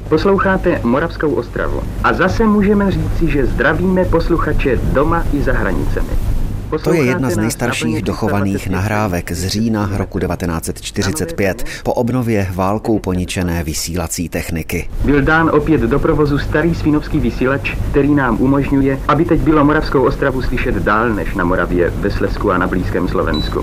Posloucháte Moravskou Ostravu. A zase můžeme říci, že zdravíme posluchače doma i za hranicemi. To je jedna z nejstarších dochovaných nahrávek z října roku 1945 po obnově válkou poničené vysílací techniky. Byl dán opět do provozu starý svínovský vysílač, který nám umožňuje, aby teď bylo Moravskou Ostravu slyšet dál než na Moravě, ve Slezsku a na blízkém Slovensku.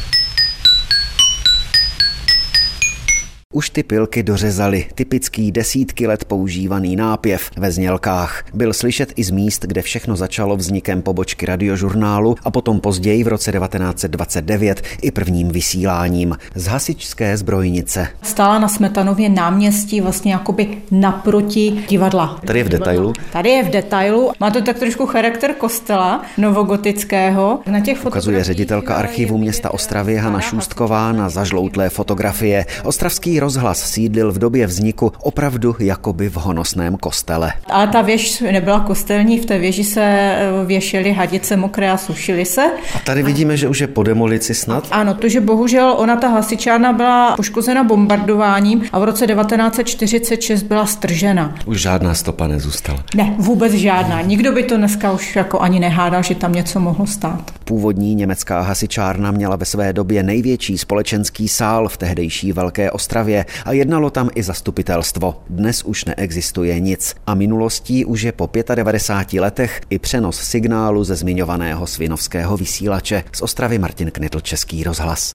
Už ty pilky dořezali typický desítky let používaný nápěv ve znělkách. Byl slyšet i z míst, kde všechno začalo vznikem pobočky Radiožurnálu a potom později v roce 1929 i prvním vysíláním z hasičské zbrojnice. Stála na Smetanově náměstí vlastně jakoby naproti divadla. Tady je v detailu? Tady je v detailu. Má to tak trošku charakter kostela novogotického. Na těch ukazuje ředitelka archivu města Ostravy Hana Šůstková na zažloutlé fotografie. Ostravský rozhlas sídlil v době vzniku opravdu jakoby v honosném kostele. Ale ta věž nebyla kostelní, v té věži se věšely hadice mokré a sušily se. A tady vidíme, že už je po demolici snad? Ano, to, že bohužel ona, ta hasičárna, byla poškozena bombardováním a v roce 1946 byla stržena. Už žádná stopa nezůstala? Ne, vůbec žádná. Nikdo by to dneska už jako ani nehádal, že tam něco mohlo stát. Původní německá hasičárna měla ve své době největší společenský sál v tehdejší Velké Ostravě a jednalo tam i zastupitelstvo. Dnes už neexistuje nic a minulostí už je po 95 letech i přenos signálu ze zmiňovaného svinovského vysílače. Z Ostravy Martin Knitl, Český rozhlas.